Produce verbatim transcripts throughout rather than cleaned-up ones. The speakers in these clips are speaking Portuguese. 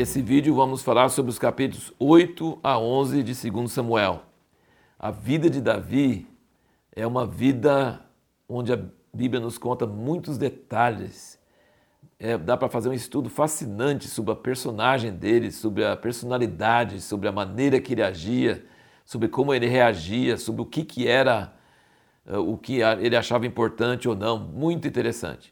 Nesse vídeo vamos falar sobre os capítulos oito a onze de segundo Samuel. A vida de Davi é uma vida onde a Bíblia nos conta muitos detalhes. É, dá para fazer um estudo fascinante sobre a personagem dele, sobre a personalidade, sobre a maneira que ele agia, sobre como ele reagia, sobre o que, que era, o que ele achava importante ou não. Muito interessante.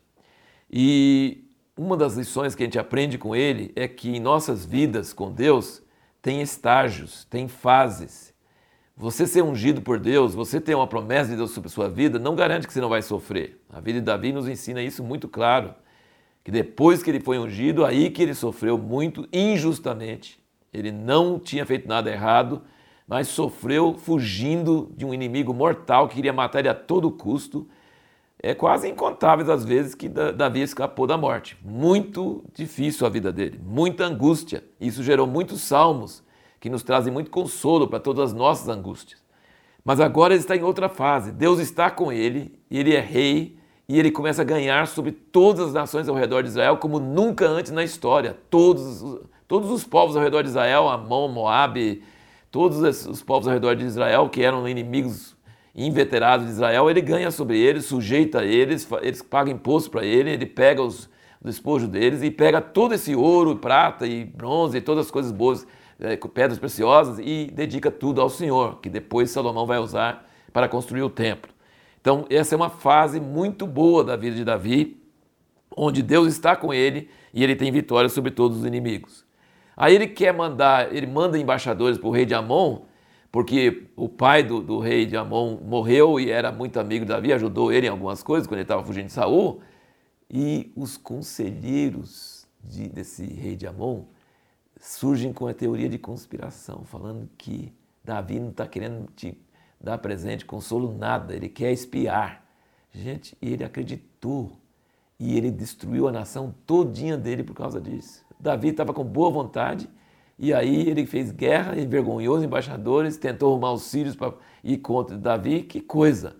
E uma das lições que a gente aprende com ele é que em nossas vidas com Deus tem estágios, tem fases. Você ser ungido por Deus, você ter uma promessa de Deus sobre a sua vida, não garante que você não vai sofrer. A vida de Davi nos ensina isso muito claro, que depois que ele foi ungido, aí que ele sofreu muito injustamente. Ele não tinha feito nada errado, mas sofreu fugindo de um inimigo mortal que queria matar ele a todo custo. É quase incontáveis as vezes que Davi escapou da morte. Muito difícil a vida dele, muita angústia. Isso gerou muitos salmos que nos trazem muito consolo para todas as nossas angústias. Mas agora ele está em outra fase. Deus está com ele, ele é rei e ele começa a ganhar sobre todas as nações ao redor de Israel como nunca antes na história. Todos, todos os povos ao redor de Israel, Amon, Moabe, todos os povos ao redor de Israel que eram inimigos inveterados de Israel, ele ganha sobre eles, sujeita eles, eles pagam imposto para ele, ele pega os, o despojo deles e pega todo esse ouro, prata e bronze e todas as coisas boas, é, pedras preciosas e dedica tudo ao Senhor, que depois Salomão vai usar para construir o templo. Então essa é uma fase muito boa da vida de Davi, onde Deus está com ele e ele tem vitória sobre todos os inimigos. Aí ele quer mandar, ele manda embaixadores para o rei de Amon, porque o pai do, do rei de Amon morreu e era muito amigo de Davi, ajudou ele em algumas coisas quando ele estava fugindo de Saul. E os conselheiros de, desse rei de Amon surgem com a teoria de conspiração, falando que Davi não está querendo te dar presente, consolo, nada, ele quer espiar. Gente, ele acreditou e ele destruiu a nação todinha dele por causa disso. Davi estava com boa vontade. E aí ele fez guerra, envergonhou os embaixadores, tentou arrumar os sírios para ir contra Davi. Que coisa!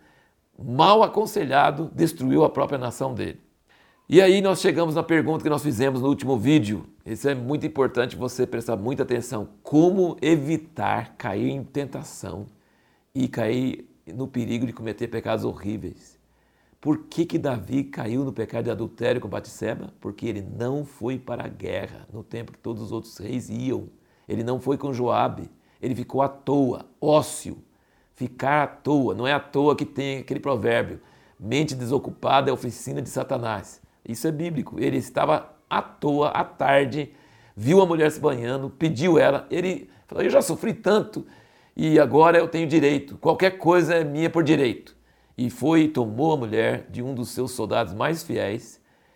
Mal aconselhado, destruiu a própria nação dele. E aí nós chegamos na pergunta que nós fizemos no último vídeo. Isso é muito importante você prestar muita atenção. Como evitar cair em tentação e cair no perigo de cometer pecados horríveis? Por que que Davi caiu no pecado de adultério com Batseba? Porque ele não foi para a guerra no tempo que todos os outros reis iam. Ele não foi com Joabe. Ele ficou à toa, ócio. Ficar à toa. Não é à toa que tem aquele provérbio. Mente desocupada é oficina de Satanás. Isso é bíblico. Ele estava à toa, à tarde, viu a mulher se banhando, pediu ela. Ele falou, eu já sofri tanto e agora eu tenho direito. Qualquer coisa é minha por direito. E foi e tomou a mulher de um dos seus soldados mais fiéis.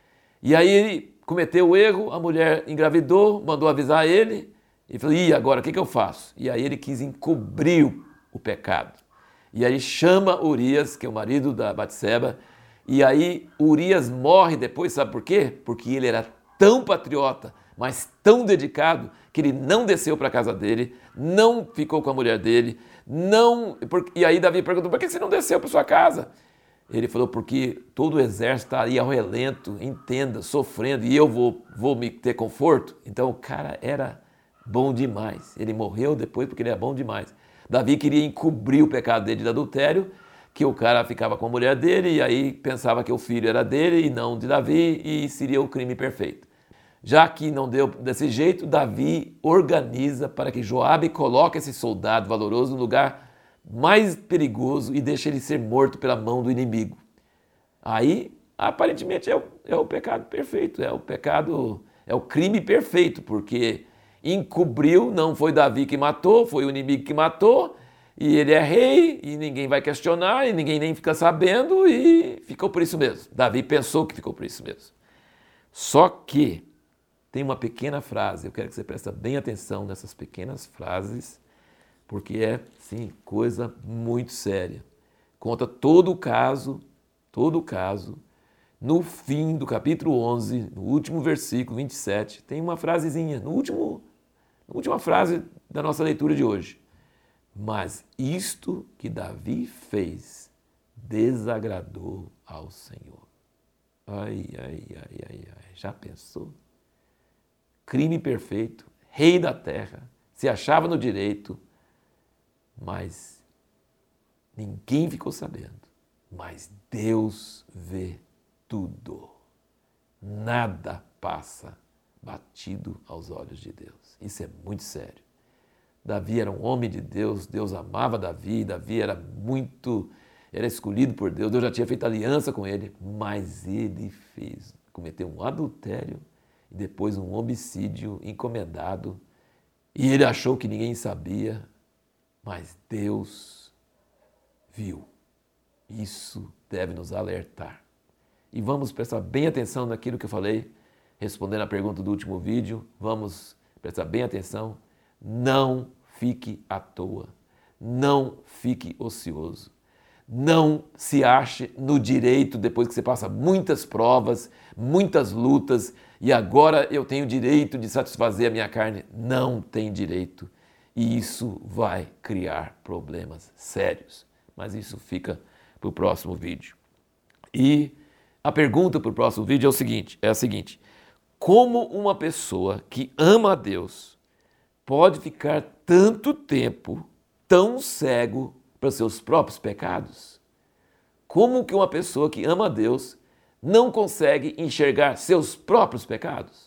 E aí ele cometeu o erro, a mulher engravidou, mandou avisar ele. E falou, e agora, o que, que eu faço? E aí ele quis encobrir o pecado. E aí chama Urias, que é o marido da Batseba. E aí Urias morre depois, sabe por quê? Porque ele era tão patriota, mas tão dedicado, que ele não desceu para a casa dele, não ficou com a mulher dele, não... E aí Davi perguntou, por que você não desceu para sua casa? Ele falou, porque todo o exército está aí ao relento, em tenda, sofrendo, e eu vou, vou me ter conforto? Então o cara era bom demais. Ele morreu depois porque ele era bom demais. Davi queria encobrir o pecado dele de adultério, que o cara ficava com a mulher dele, e aí pensava que o filho era dele e não de Davi, e seria o crime perfeito. Já que não deu desse jeito, Davi organiza para que Joabe coloque esse soldado valoroso no lugar mais perigoso e deixe ele ser morto pela mão do inimigo. Aí, aparentemente, é o, é o pecado perfeito, é o pecado, é o crime perfeito, porque encobriu, não foi Davi que matou, foi o inimigo que matou, e ele é rei, e ninguém vai questionar, e ninguém nem fica sabendo, e ficou por isso mesmo. Davi pensou que ficou por isso mesmo. Só que tem uma pequena frase, eu quero que você preste bem atenção nessas pequenas frases, porque é, sim, coisa muito séria. Conta todo o caso, todo o caso. No fim do capítulo onze, no último versículo vinte e sete, tem uma frasezinha, no último, na última frase da nossa leitura de hoje. Mas isto que Davi fez desagradou ao Senhor. Ai, ai, ai, ai, ai, já pensou? crime perfeito, rei da terra, se achava no direito, mas ninguém ficou sabendo. Mas Deus vê tudo. Nada passa batido aos olhos de Deus. Isso é muito sério. Davi era um homem de Deus, Deus amava Davi, Davi era muito, era escolhido por Deus, Deus já tinha feito aliança com ele, mas ele fez, cometeu um adultério e depois um homicídio encomendado, e ele achou que ninguém sabia, mas Deus viu. Isso deve nos alertar. E vamos prestar bem atenção naquilo que eu falei, respondendo a pergunta do último vídeo, vamos prestar bem atenção. Não fique à toa, não fique ocioso, não se ache no direito depois que você passa muitas provas, muitas lutas e agora eu tenho direito de satisfazer a minha carne. Não tem direito e isso vai criar problemas sérios, mas isso fica para o próximo vídeo. E a pergunta para o próximo vídeo é, o seguinte, é a seguinte: como uma pessoa que ama a Deus pode ficar tanto tempo tão cego para seus próprios pecados? Como que uma pessoa que ama a Deus não consegue enxergar seus próprios pecados?